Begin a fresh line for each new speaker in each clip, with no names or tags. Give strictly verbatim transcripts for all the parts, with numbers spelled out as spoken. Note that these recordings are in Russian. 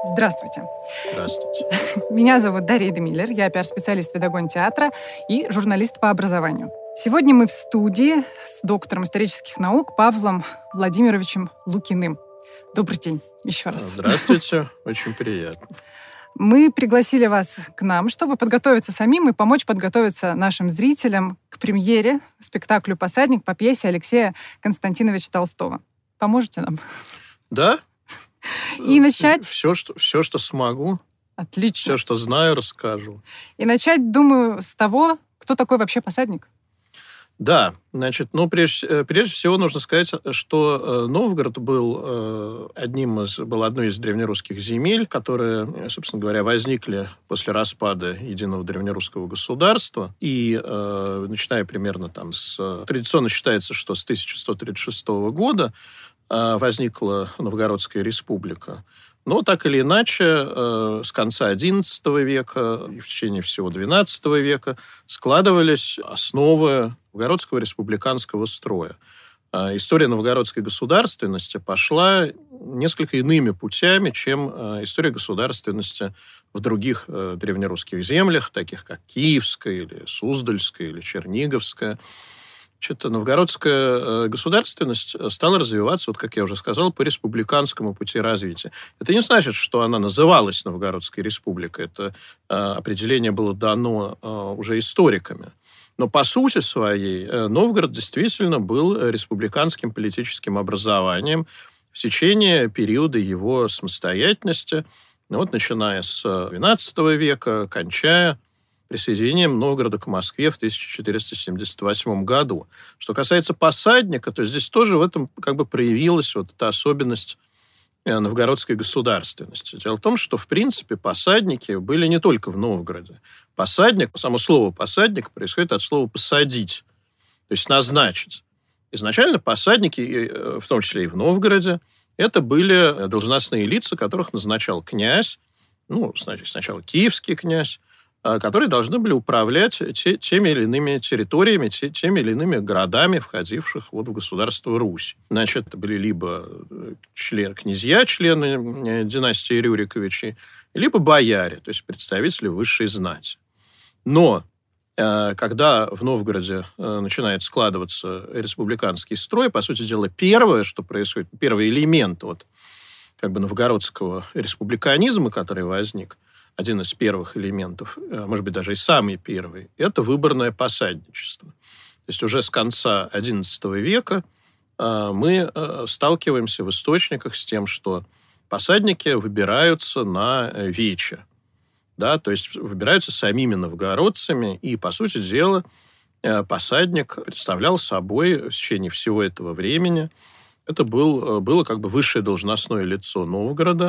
Здравствуйте.
Здравствуйте.
Меня зовут Дарья Демиллер, я пиар-специалист Видогон театра и журналист по образованию. Сегодня мы в студии с доктором исторических наук Павлом Владимировичем Лукиным. Добрый день еще раз.
Здравствуйте, очень приятно.
Мы пригласили вас к нам, чтобы подготовиться самим и помочь подготовиться нашим зрителям к премьере спектаклю «Посадник» по пьесе Алексея Константиновича Толстого. Поможете нам?
Да.
И начать...
Все, что, все, что смогу.
Отлично.
Все, что знаю, расскажу.
И начать, думаю, с того, кто такой вообще посадник.
Да, значит, ну, прежде, прежде всего нужно сказать, что Новгород был одним из, был одной из древнерусских земель, которые, собственно говоря, возникли после распада единого древнерусского государства. И, начиная примерно там с... Традиционно считается, что с тысяча сто тридцать шестого года возникла Новгородская республика. Но так или иначе, с конца одиннадцатого века и в течение всего двенадцатого века складывались основы новгородского республиканского строя. История новгородской государственности пошла несколько иными путями, чем история государственности в других древнерусских землях, таких как Киевская, или Суздальская, или Черниговская. Значит, новгородская государственность стала развиваться, вот как я уже сказал, по республиканскому пути развития. Это не значит, что она называлась Новгородской республикой. Это э, определение было дано э, уже историками. Но по сути своей э, Новгород действительно был республиканским политическим образованием в течение периода его самостоятельности, ну, вот, начиная с двенадцатого века, кончая присоединением Новгорода к Москве в тысяча четыреста семьдесят восьмом году. Что касается посадника, то здесь тоже в этом как бы проявилась вот эта особенность новгородской государственности. Дело в том, что, в принципе, посадники были не только в Новгороде. Посадник, само слово «посадник» происходит от слова «посадить», то есть «назначить». Изначально посадники, в том числе и в Новгороде, это были должностные лица, которых назначал князь, ну, значит, сначала киевский князь, которые должны были управлять те, теми или иными территориями, те, теми или иными городами, входивших вот в государство Русь. Значит, это были либо член, князья, члены династии Рюриковичей, либо бояре, то есть представители высшей знати. Но когда в Новгороде начинает складываться республиканский строй, по сути дела, первое, что происходит, первый элемент вот, как бы новгородского республиканизма, который возник, один из первых элементов, может быть, даже и самый первый, это выборное посадничество. То есть уже с конца одиннадцатого века мы сталкиваемся в источниках с тем, что посадники выбираются на вече. Да, то есть выбираются самими новгородцами, и, по сути дела, посадник представлял собой в течение всего этого времени, это был, было как бы высшее должностное лицо Новгорода.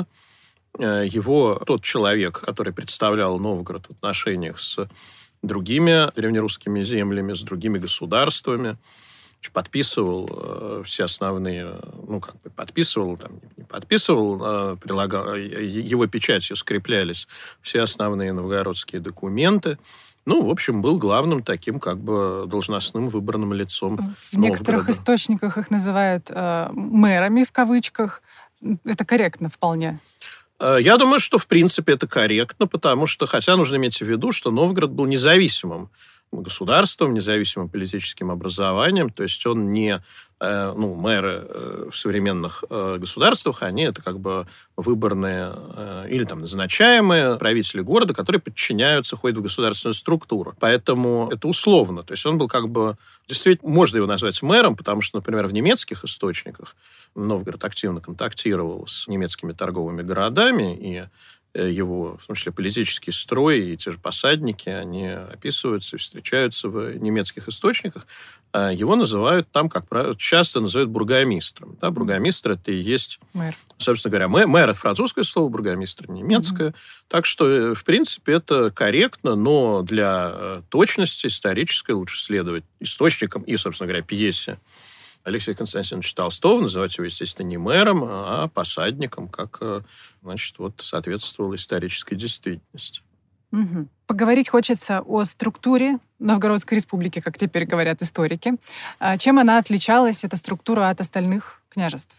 Его тот человек, который представлял Новгород в отношениях с другими древнерусскими землями, с другими государствами, подписывал все основные, ну, как бы подписывал, там, не подписывал, прилагал, его печатью скреплялись все основные новгородские документы. Ну, в общем, был главным таким, как бы, должностным выборным лицом
В
Новгорода.
некоторых источниках их называют э, мэрами, в кавычках. Это корректно вполне.
Я думаю, что, в принципе, это корректно, потому что, хотя нужно иметь в виду, что Новгород был независимым государством, независимым политическим образованием, то есть он не, ну, мэры в современных государствах, они это как бы выборные или там назначаемые правители города, которые подчиняются, ходят в государственную структуру. Поэтому это условно. То есть он был как бы... Действительно, можно его назвать мэром, потому что, например, в немецких источниках Новгород активно контактировал с немецкими торговыми городами, и его, в том числе, политический строй и те же посадники, они описываются и встречаются в немецких источниках. Его называют там, как правило, часто называют бургомистром. Да, бургомистр — это и есть,
мэр.
Собственно говоря, мэр, мэр — это французское слово, бургомистр — немецкое. Mm-hmm. Так что, в принципе, это корректно, но для точности исторической лучше следовать источникам и, собственно говоря, пьесе Алексея Константиновича Толстого, называть его, естественно, не мэром, а посадником, как, значит, вот соответствовало исторической действительности.
Угу. Поговорить хочется о структуре Новгородской республики, как теперь говорят историки. Чем она отличалась, эта структура, от остальных княжеств?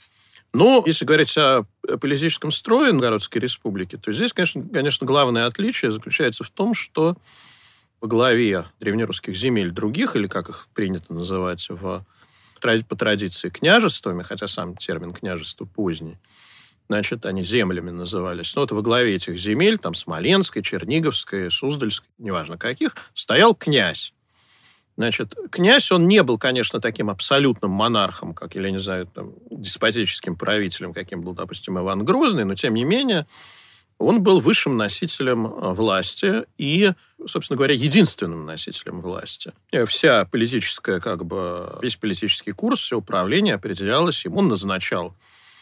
Но если говорить о политическом строе Новгородской республики, то здесь, конечно, конечно, главное отличие заключается в том, что во главе древнерусских земель других, или как их принято называть в, по традиции княжествами, хотя сам термин княжество поздний, значит, они землями назывались. Но вот во главе этих земель, там Смоленской, Черниговской, Суздальской, неважно каких, стоял князь. Значит, князь, он не был, конечно, таким абсолютным монархом, как, или, не знаю, там, деспотическим правителем, каким был, допустим, Иван Грозный, но, тем не менее, он был высшим носителем власти и, собственно говоря, единственным носителем власти. И вся политическая, как бы, весь политический курс, все управление определялось им. Он назначал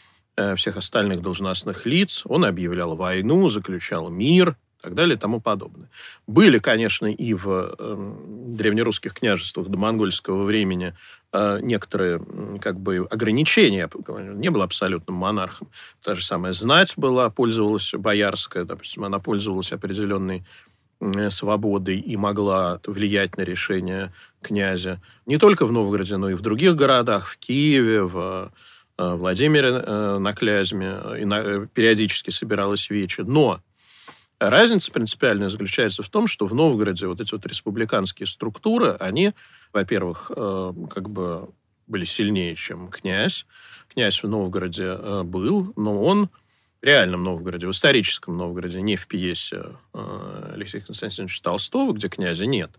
всех остальных должностных лиц, он объявлял войну, заключал мир, и так далее, и тому подобное. Были, конечно, и в э, древнерусских княжествах до монгольского времени э, некоторые как бы ограничения. Не был абсолютным монархом. Та же самая знать была, пользовалась боярская, допустим, она пользовалась определенной э, свободой и могла влиять на решение князя. Не только в Новгороде, но и в других городах, в Киеве, в э, Владимире э, на Клязьме, и на, периодически собиралась вече. Но разница принципиальная заключается в том, что в Новгороде вот эти вот республиканские структуры, они, во-первых, э, как бы были сильнее, чем князь. Князь в Новгороде э, был, но он в реальном Новгороде, в историческом Новгороде, не в пьесе э, Алексея Константиновича Толстого, где князя нет.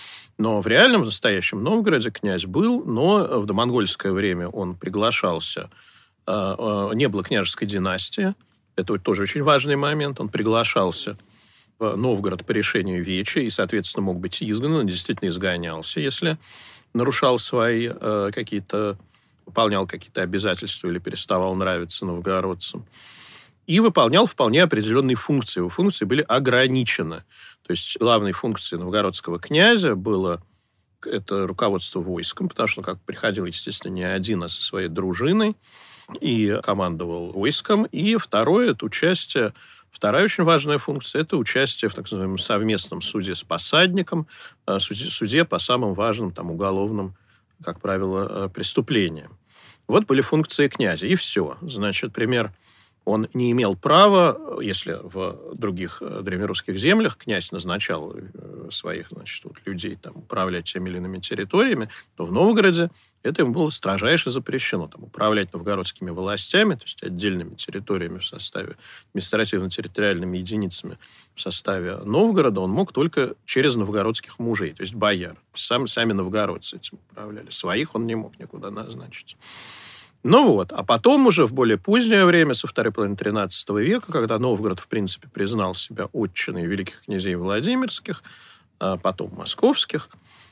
Но в реальном, в настоящем Новгороде князь был, но в домонгольское время он приглашался. Э, э, не было княжеской династии. Это тоже очень важный момент. Он приглашался в Новгород по решению Веча и, соответственно, мог быть изгнан. Он действительно изгонялся, если нарушал свои э, какие-то, выполнял какие-то обязательства или переставал нравиться новгородцам. И выполнял вполне определенные функции. Его функции были ограничены. То есть главной функцией новгородского князя было это руководство войском, потому что он как приходил, естественно, не один, а со своей дружиной, и командовал войском. И второе, это участие, вторая очень важная функция, это участие в так называемом совместном суде с посадником, суде, суде по самым важным там, уголовным, как правило, преступлениям. Вот были функции князя, и все. Значит, пример, он не имел права, если в других древнерусских землях князь назначал своих, значит, вот, людей там, управлять теми или иными территориями, то в Новгороде это ему было строжайше запрещено. Там, управлять новгородскими властями, то есть отдельными территориями в составе, административно-территориальными единицами в составе Новгорода он мог только через новгородских мужей, то есть бояр. Сам, сами новгородцы этим управляли. Своих он не мог никуда назначить. Ну вот, а потом уже в более позднее время, со второй половины тринадцатого века, когда Новгород, в принципе, признал себя отчиной великих князей Владимирских, потом московских,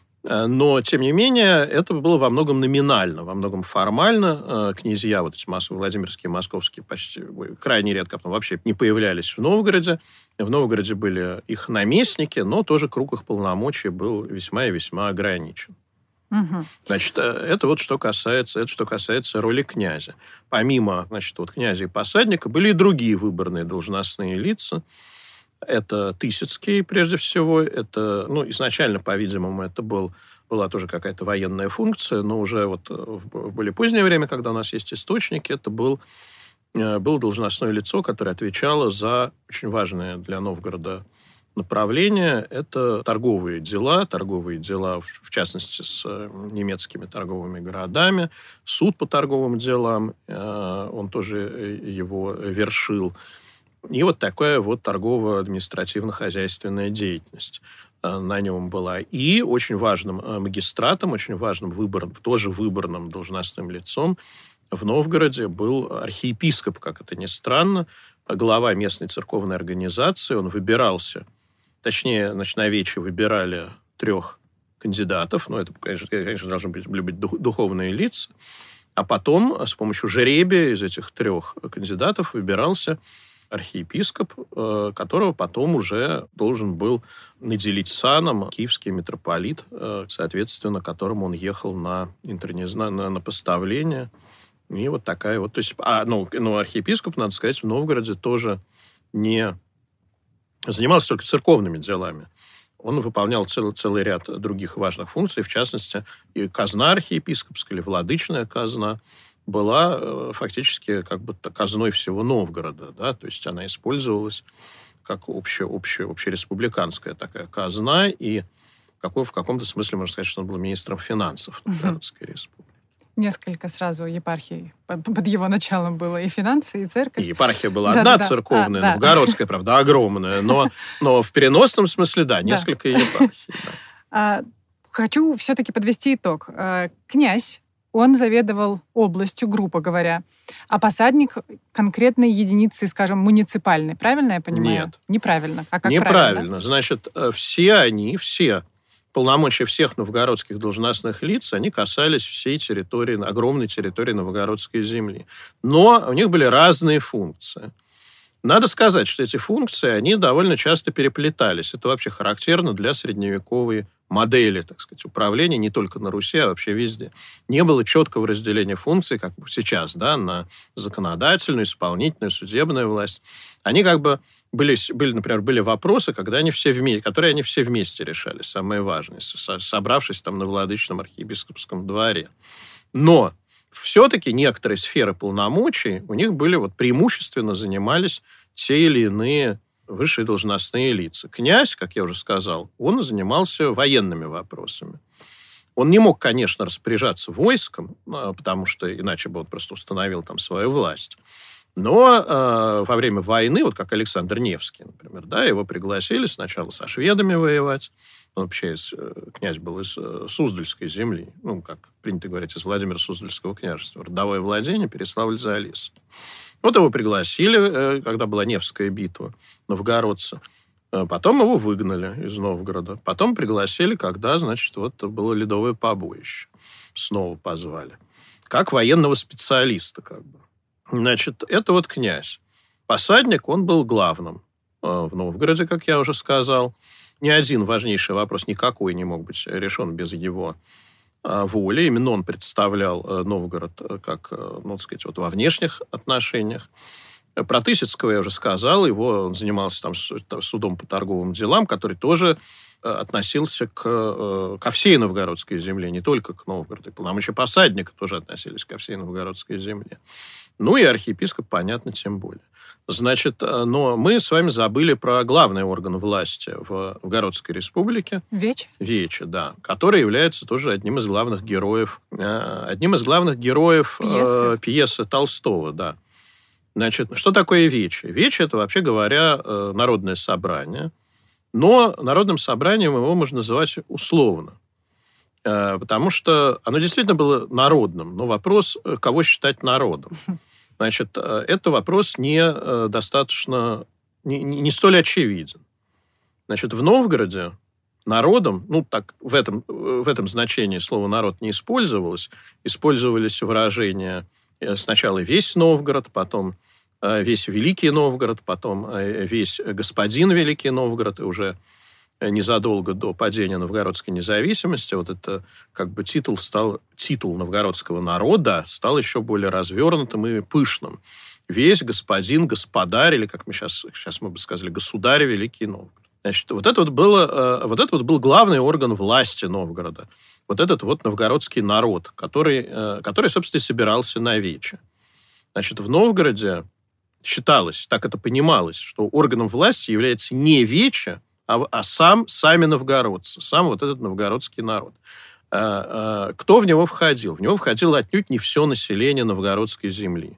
но, тем не менее, это было во многом номинально, во многом формально. Князья, вот эти Владимирские, московские, почти крайне редко, потом вообще не появлялись в Новгороде. В Новгороде были их наместники, но тоже круг их полномочий был весьма и весьма ограничен. Угу. Значит, это вот что касается, это что касается роли князя. Помимо, значит, вот князя и посадника были и другие выборные должностные лица. Это Тысяцкий, прежде всего. Это, ну, изначально, по-видимому, это был, была тоже какая-то военная функция, но уже вот в более позднее время, когда у нас есть источники, это был, было должностное лицо, которое отвечало за очень важное для Новгорода направление. Это торговые дела, торговые дела, в частности, с немецкими торговыми городами, суд по торговым делам, он тоже его вершил. И вот такая вот торгово-административно-хозяйственная деятельность на нем была. И очень важным магистратом, очень важным выбором, тоже выборным должностным лицом в Новгороде был архиепископ, как это ни странно, глава местной церковной организации. Он выбирался, точнее, значит, на Вече выбирали трех кандидатов. Ну, это, конечно, конечно должны быть, быть духовные лица. А потом с помощью жребия из этих трех кандидатов выбирался архиепископ, которого потом уже должен был наделить саном киевский митрополит, соответственно, которому он ехал на, интерниз... на, на поставление. И вот такая вот... То есть, а, ну, ну, архиепископ, надо сказать, в Новгороде тоже не занимался только церковными делами. Он выполнял цел, целый ряд других важных функций, в частности, и казна архиепископская, или владычная казна, была фактически как бы казной всего Новгорода, да, то есть она использовалась как общая, общая, общереспубликанская такая казна, и какой, в каком-то смысле можно сказать, что он был министром финансов Новгородской республики.
Несколько сразу епархий под его началом было, и финансы, и церковь.
И епархия была да, одна, да, церковная, а, новгородская, да. правда, огромная, но, но в переносном смысле, да, несколько да. епархий. Да.
А, хочу все-таки подвести итог. Князь, он заведовал областью, грубо говоря, а посадник конкретной единицы, скажем, муниципальной. Правильно я понимаю?
Нет.
Неправильно. А как
Неправильно.
правильно?
Значит, все они, все полномочия всех новгородских должностных лиц, они касались всей территории, огромной территории новгородской земли. Но у них были разные функции. Надо сказать, что эти функции, они довольно часто переплетались. Это вообще характерно для средневековой модели, так сказать, управления не только на Руси, а вообще везде. Не было четкого разделения функций, как сейчас, да, на законодательную, исполнительную, судебную власть. Они как бы были, были, например, были вопросы, когда они все вместе, которые они все вместе решали, самые важные, собравшись там на владычном архиепископском дворе. Но все-таки некоторые сферы полномочий у них были, вот преимущественно занимались те или иные высшие должностные лица. Князь, как я уже сказал, он занимался военными вопросами. Он не мог, конечно, распоряжаться войском, потому что иначе бы он просто установил там свою власть. Но э, во время войны, вот как Александр Невский, например, да, его пригласили сначала со шведами воевать. Он вообще из, князь был из Суздальской земли, ну, как принято говорить, из Владимира Суздальского княжества. Родовое владение Переславль-Залесский. Вот его пригласили, когда была Невская битва, новгородцы. Потом его выгнали из Новгорода. Потом пригласили, когда, значит, вот было ледовое побоище. Снова позвали. Как военного специалиста, как бы. Значит, это вот князь. Посадник, он был главным в Новгороде, как я уже сказал. Ни один важнейший вопрос никакой не мог быть решен без его воли. Именно он представлял Новгород как, ну, так сказать, вот во внешних отношениях. Про Тысяцкого я уже сказал. Его, он занимался там судом по торговым делам, который тоже относился к, ко всей новгородской земле, не только к Новгороду. И полномочия посадника тоже относились ко всей новгородской земле. Ну и архиепископ, понятно, тем более. Значит, но мы с вами забыли про главный орган власти в Новгородской республике.
Вече?
Вече, да. Который является тоже одним из главных героев, одним из главных героев пьесы, пьесы Толстого, да. Значит, что такое Вече? Вече – это, вообще говоря, народное собрание. Но народным собранием его можно называть условно. Потому что оно действительно было народным. Но вопрос, кого считать народом. Значит, это вопрос не достаточно, не, не столь очевиден. Значит, в Новгороде народом, ну, так, в этом, в этом значении слово «народ» не использовалось. Использовались выражения сначала «весь Новгород», потом «весь Великий Новгород», потом «весь господин Великий Новгород», и уже незадолго до падения новгородской независимости вот это как бы титул стал, титул новгородского народа стал еще более развернутым и пышным. Весь господин, господарь, или, как мы сейчас, сейчас мы бы сказали, государь Великий Новгород. Значит, вот это вот, было, вот это вот был главный орган власти Новгорода. Вот этот вот новгородский народ, который, который собственно, собирался на Вече. Значит, в Новгороде считалось, так это понималось, что органом власти является не Вече, а, а сам, сами новгородцы, сам вот этот новгородский народ. А, а, кто в него входил? В него входило отнюдь не все население новгородской земли.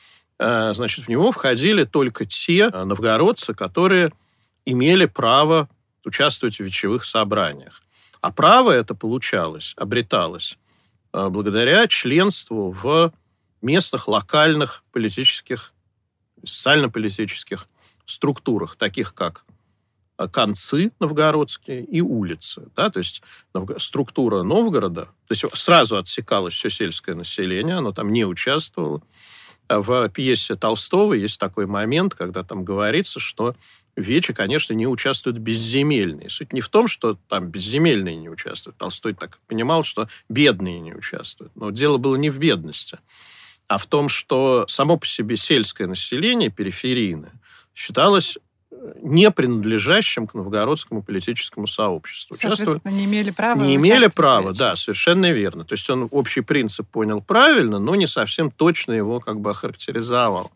А, значит, в него входили только те новгородцы, которые имели право участвовать в вечевых собраниях. А право это получалось, обреталось а, благодаря членству в местных локальных политических, социально-политических структурах, таких как концы новгородские и улицы. Да? То есть структура Новгорода, то есть сразу отсекалось все сельское население, оно там не участвовало. В пьесе Толстого есть такой момент, когда там говорится, что в Вече, конечно, не участвуют безземельные. Суть не в том, что там безземельные не участвуют. Толстой так понимал, что бедные не участвуют. Но дело было не в бедности, а в том, что само по себе сельское население, периферийное, считалось не принадлежащим к новгородскому политическому сообществу.
Соответственно, не имели права.
Не имели права, да, совершенно верно. То есть он общий принцип понял правильно, но не совсем точно его как бы охарактеризовал.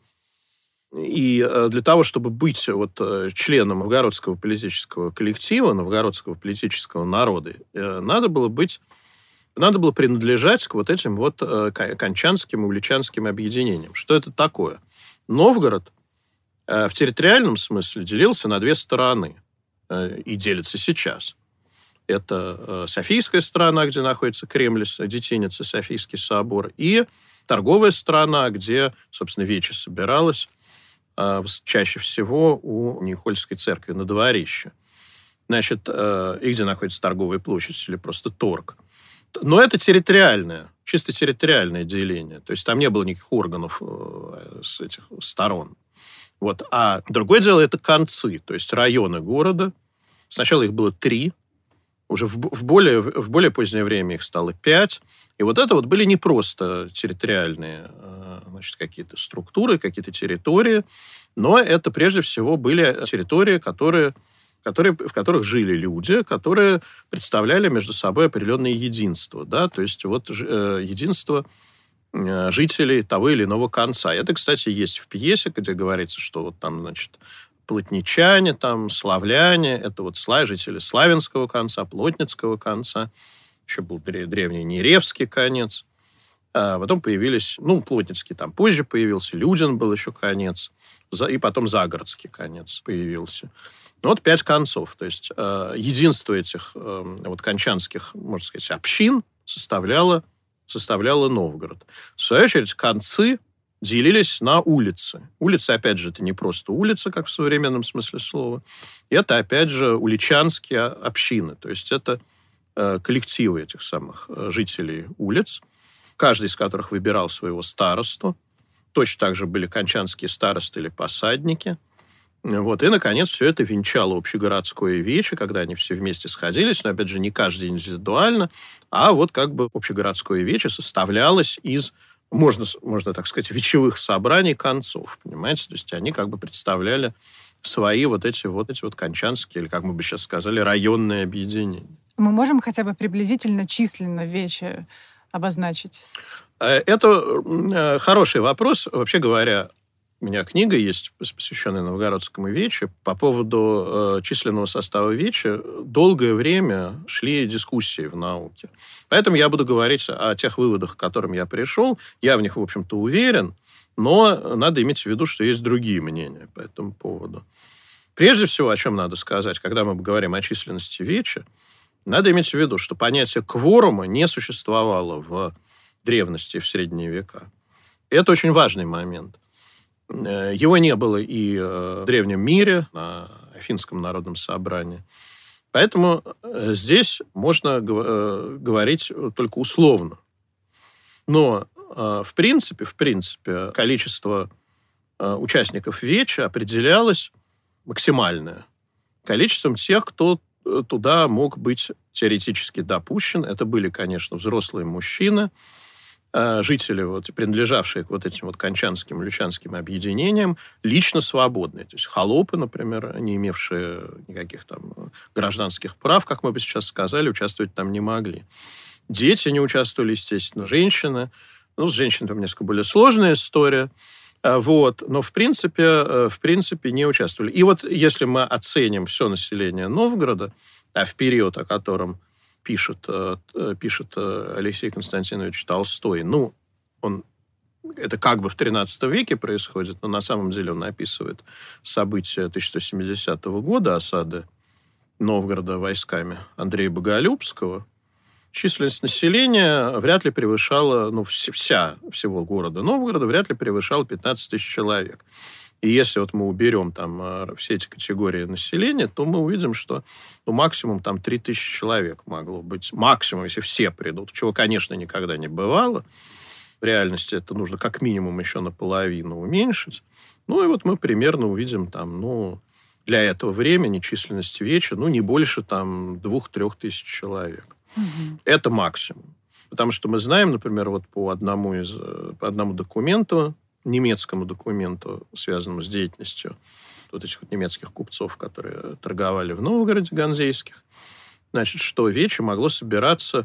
И для того, чтобы быть вот членом новгородского политического коллектива, новгородского политического народа, надо было быть, надо было принадлежать к вот этим вот кончанским и уличанским объединениям. Что это такое? Новгород в территориальном смысле делился на две стороны и делится сейчас. Это Софийская сторона, где находится Кремль, детиница, Софийский собор, и торговая сторона, где, собственно, вече собиралась, чаще всего у Никольской церкви на дворище. Значит, и где находится торговая площадь или просто торг. Но это территориальное, чисто территориальное деление. То есть там не было никаких органов с этих сторон. Вот. А другое дело – это концы, то есть районы города. Сначала их было три, уже в, в, более, в более позднее время их стало пять. И вот это вот были не просто территориальные, значит, какие-то структуры, какие-то территории, но это прежде всего были территории, которые, которые, в которых жили люди, которые представляли между собой определенное единство. Да? То есть вот э, единство жителей того или иного конца. Это, кстати, есть в пьесе, где говорится, что вот там, значит, плотничане, там, славляне, это вот жители славянского конца, плотницкого конца. Еще был древний Неревский конец. А потом появились, ну, плотницкий там позже появился, Людин был еще конец, и потом Загородский конец появился. Ну, вот пять концов. То есть единство этих вот кончанских, можно сказать, общин составляло составляла Новгород. В свою очередь, концы делились на улицы. Улицы, опять же, это не просто улица, как в современном смысле слова. Это, опять же, уличанские общины. То есть это э, коллективы этих самых жителей улиц, каждый из которых выбирал своего старосту. Точно так же были кончанские старосты или посадники. Вот. И, наконец, все это венчало общегородское вече, когда они все вместе сходились, но, опять же, не каждый индивидуально, а вот как бы общегородское вече составлялось из, можно, можно так сказать, вечевых собраний концов, понимаете? То есть они как бы представляли свои вот эти вот, эти вот кончанские, или, как мы бы сейчас сказали, районные объединения.
Мы можем хотя бы приблизительно численно вече обозначить?
Это хороший вопрос. Вообще говоря, у меня книга есть, посвященная новгородскому вече. По поводу э, численного состава вече долгое время шли дискуссии в науке. Поэтому я буду говорить о тех выводах, к которым я пришел. Я в них, в общем-то, уверен, но надо иметь в виду, что есть другие мнения по этому поводу. Прежде всего, о чем надо сказать, когда мы говорим о численности вече, надо иметь в виду, что понятие кворума не существовало в древности, в средние века. И это очень важный момент. Его не было и в древнем мире, на Афинском народном собрании. Поэтому здесь можно говорить только условно. Но в принципе, в принципе, количество участников веча определялось максимальное количеством тех, кто туда мог быть теоретически допущен. Это были, конечно, взрослые мужчины, жители, вот, принадлежавшие к вот этим вот кончанским, лючанским объединениям, лично свободные. То есть холопы, например, не имевшие никаких там гражданских прав, как мы бы сейчас сказали, участвовать там не могли. Дети не участвовали, естественно, женщины. Ну, с женщинами там несколько более сложная история. Вот. Но, в принципе, в принципе, не участвовали. И вот если мы оценим все население Новгорода, а в период, о котором пишет, пишет Алексей Константинович Толстой, ну, он, это как бы в тринадцатом веке происходит, но на самом деле он описывает события тысяча сто семидесятого года, осады Новгорода войсками Андрея Боголюбского. Численность населения вряд ли превышала, ну, вся, всего города Новгорода вряд ли превышала пятнадцать тысяч человек. И если вот мы уберем там все эти категории населения, то мы увидим, что ну, максимум там три тысячи человек могло быть. Максимум, если все придут, чего, конечно, никогда не бывало. В реальности это нужно как минимум еще наполовину уменьшить. Ну, и вот мы примерно увидим там, ну, для этого времени численность веча, ну, не больше там двух-трех тысяч человек. Угу. Это максимум. Потому что мы знаем, например, вот по одному, из, по одному документу, немецкому документу, связанному с деятельностью вот этих вот немецких купцов, которые торговали в Новгороде, ганзейских, значит, что вече могло собираться,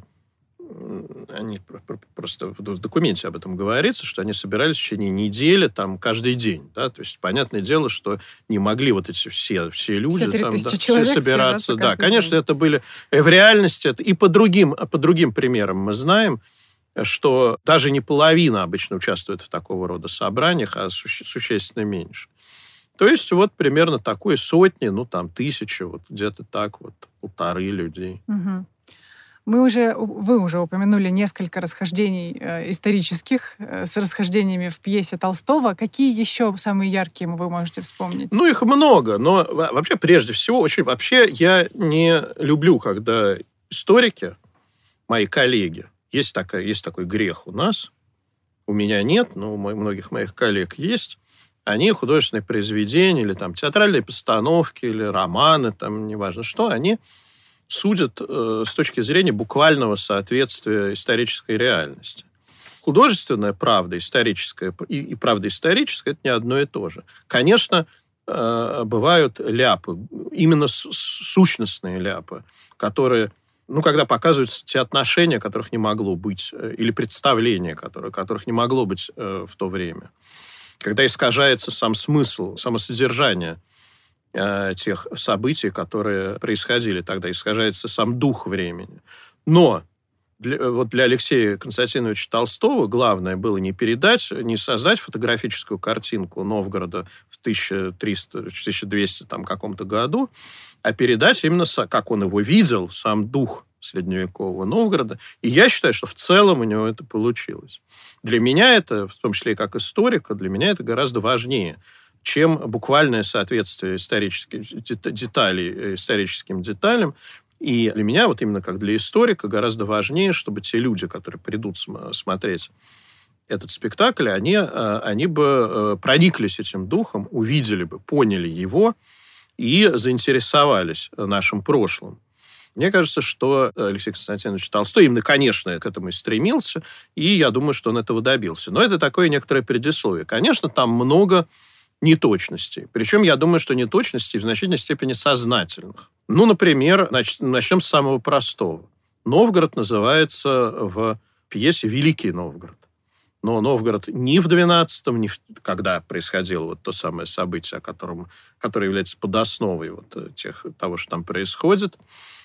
они просто в документе об этом говорится, что они собирались в течение недели, там, каждый день, да, то есть, понятное дело, что не могли вот эти все, все люди
все
там, да,
все
собираться. Да, конечно,
день.
это были в реальности, это, и по другим, по другим примерам мы знаем, что даже не половина обычно участвует в такого рода собраниях, а суще, существенно меньше. То есть вот примерно такой сотни, ну там тысячи, вот где-то так вот, полторы людей.
Угу. Мы уже, вы уже упомянули несколько расхождений э, исторических э, с расхождениями в пьесе Толстого. Какие еще самые яркие вы можете вспомнить?
Ну, их много, но вообще, прежде всего, очень вообще я не люблю, когда историки, мои коллеги, есть, такая, есть такой грех у нас, у меня нет, но у многих моих коллег есть, они художественные произведения или там театральные постановки, или романы, там неважно что, они судят э, с точки зрения буквального соответствия исторической реальности. Художественная правда историческая и, и правда историческая – это не одно и то же. Конечно, э, бывают ляпы, именно с, сущностные ляпы, которые, ну, когда показываются те отношения, которых не могло быть, э, или представления, которые, которых не могло быть э, в то время. Когда искажается сам смысл, само содержание э, тех событий, которые происходили тогда, искажается сам дух времени. Но для, вот для Алексея Константиновича Толстого главное было не передать, не создать фотографическую картинку Новгорода в тысяча триста - тысяча двести там, каком-то году, а передать именно, как он его видел, сам дух средневекового Новгорода. И я считаю, что в целом у него это получилось. Для меня это, в том числе и как историка, для меня это гораздо важнее, чем буквальное соответствие исторических деталей историческим деталям. И для меня, вот именно как для историка, гораздо важнее, чтобы те люди, которые придут смотреть этот спектакль, они, они бы прониклись этим духом, увидели бы, поняли его и заинтересовались нашим прошлым. Мне кажется, что Алексей Константинович Толстой именно, конечно, к этому и стремился, и я думаю, что он этого добился. Но это такое некоторое предисловие. Конечно, там много неточностей. Причем, я думаю, что неточностей в значительной степени сознательных. Ну, например, начнем с самого простого. Новгород называется в пьесе «Великий Новгород». Но Новгород ни в двенадцатом, ни в... когда происходило вот то самое событие, о котором, которое является подосновой вот тех, того, что там происходит,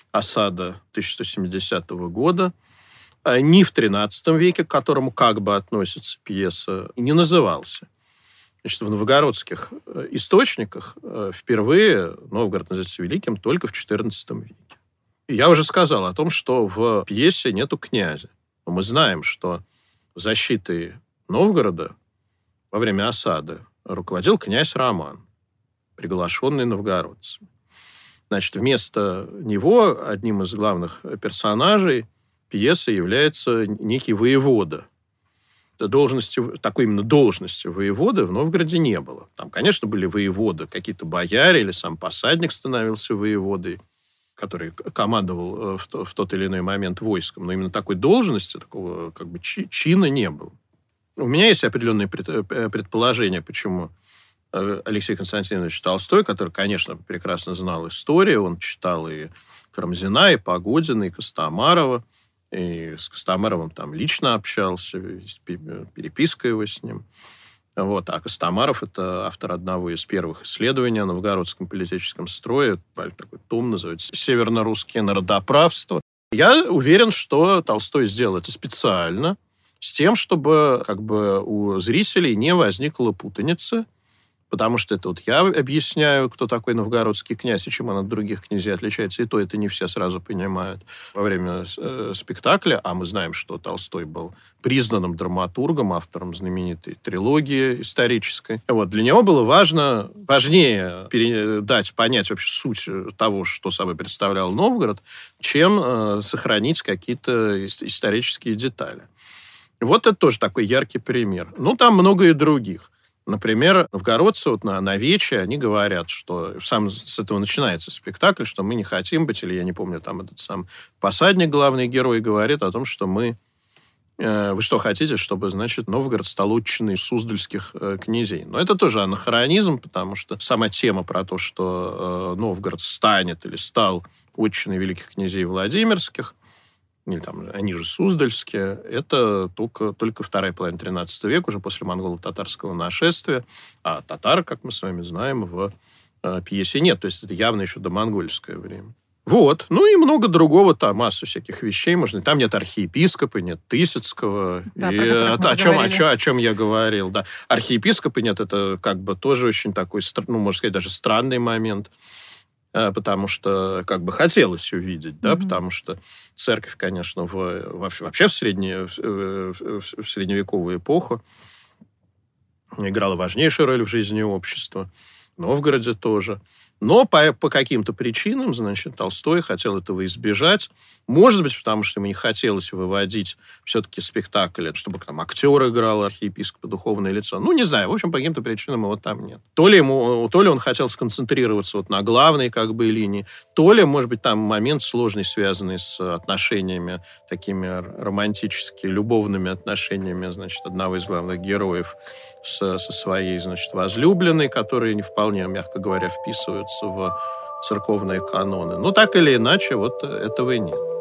осада тысяча сто семидесятого года, ни в тринадцатом веке, к которому как бы относится пьеса, не назывался. Значит, в новгородских источниках впервые Новгород называется великим только в четырнадцатом веке. И я уже сказал о том, что в пьесе нету князя. Но мы знаем, что защитой Новгорода во время осады руководил князь Роман, приглашенный новгородцами. Значит, вместо него одним из главных персонажей пьесы является некий воевода. Должности, такой именно должности воеводы в Новгороде не было. Там, конечно, были воеводы, какие-то бояре, или сам посадник становился воеводой, который командовал в, в тот или иной момент войском. Но именно такой должности, такого как бы чина не было. У меня есть определенные предположения, почему Алексей Константинович Толстой, который, конечно, прекрасно знал историю, он читал и Карамзина, и Погодина, и Костомарова, и с Костомаровым там лично общался, переписка его с ним. Вот. А Костомаров – это автор одного из первых исследований о новгородском политическом строе. Такой том называется «Северно-русские народоправства». Я уверен, что Толстой сделал это специально, с тем, чтобы как бы у зрителей не возникла путаница, потому что это вот я объясняю, кто такой новгородский князь и чем он от других князей отличается, и то это не все сразу понимают во время э, спектакля, а мы знаем, что Толстой был признанным драматургом, автором знаменитой трилогии исторической. Вот, для него было важно, важнее передать, понять вообще суть того, что собой представлял Новгород, чем э, сохранить какие-то исторические детали. Вот это тоже такой яркий пример. Ну, там много и других. Например, новгородцы вот на, на Вече, они говорят, что сам с этого начинается спектакль, что мы не хотим быть, или я не помню, там этот сам посадник, главный герой, говорит о том, что мы Вы что, хотите, чтобы, значит, Новгород стал отчиной суздальских князей? Но это тоже анахронизм, потому что сама тема про то, что Новгород станет или стал отчиной великих князей Владимирских, или там, они же суздальские, это только, только вторая половина тринадцатого века, уже после монголо-татарского нашествия. А татар, как мы с вами знаем, в э, пьесе нет. То есть это явно еще домонгольское время. Вот. Ну и много другого, там масса всяких вещей можно. Там нет архиепископа, нет Тысяцкого.
Да,
и
про
о, о, чем, о, чем, о чем я говорил. Да. Архиепископа нет, это как бы тоже очень такой, ну, можно сказать, даже странный момент. Потому что как бы хотелось увидеть, да, mm-hmm. потому что церковь, конечно, в, вообще в, средне, в, в средневековую эпоху играла важнейшую роль в жизни общества. В Новгороде тоже. Но по, по каким-то причинам, значит, Толстой хотел этого избежать. Может быть, потому что ему не хотелось выводить все-таки спектакль, чтобы там актер играл архиепископа, духовное лицо. Ну, не знаю. В общем, по каким-то причинам его там нет. То ли, ему, то ли он хотел сконцентрироваться вот на главной как бы линии, то ли, может быть, там момент сложный, связанный с отношениями такими романтическими, любовными отношениями, значит, одного из главных героев со, со своей, значит, возлюбленной, которые не вполне, мягко говоря, вписываются в церковные каноны. Но так или иначе, вот этого и нет.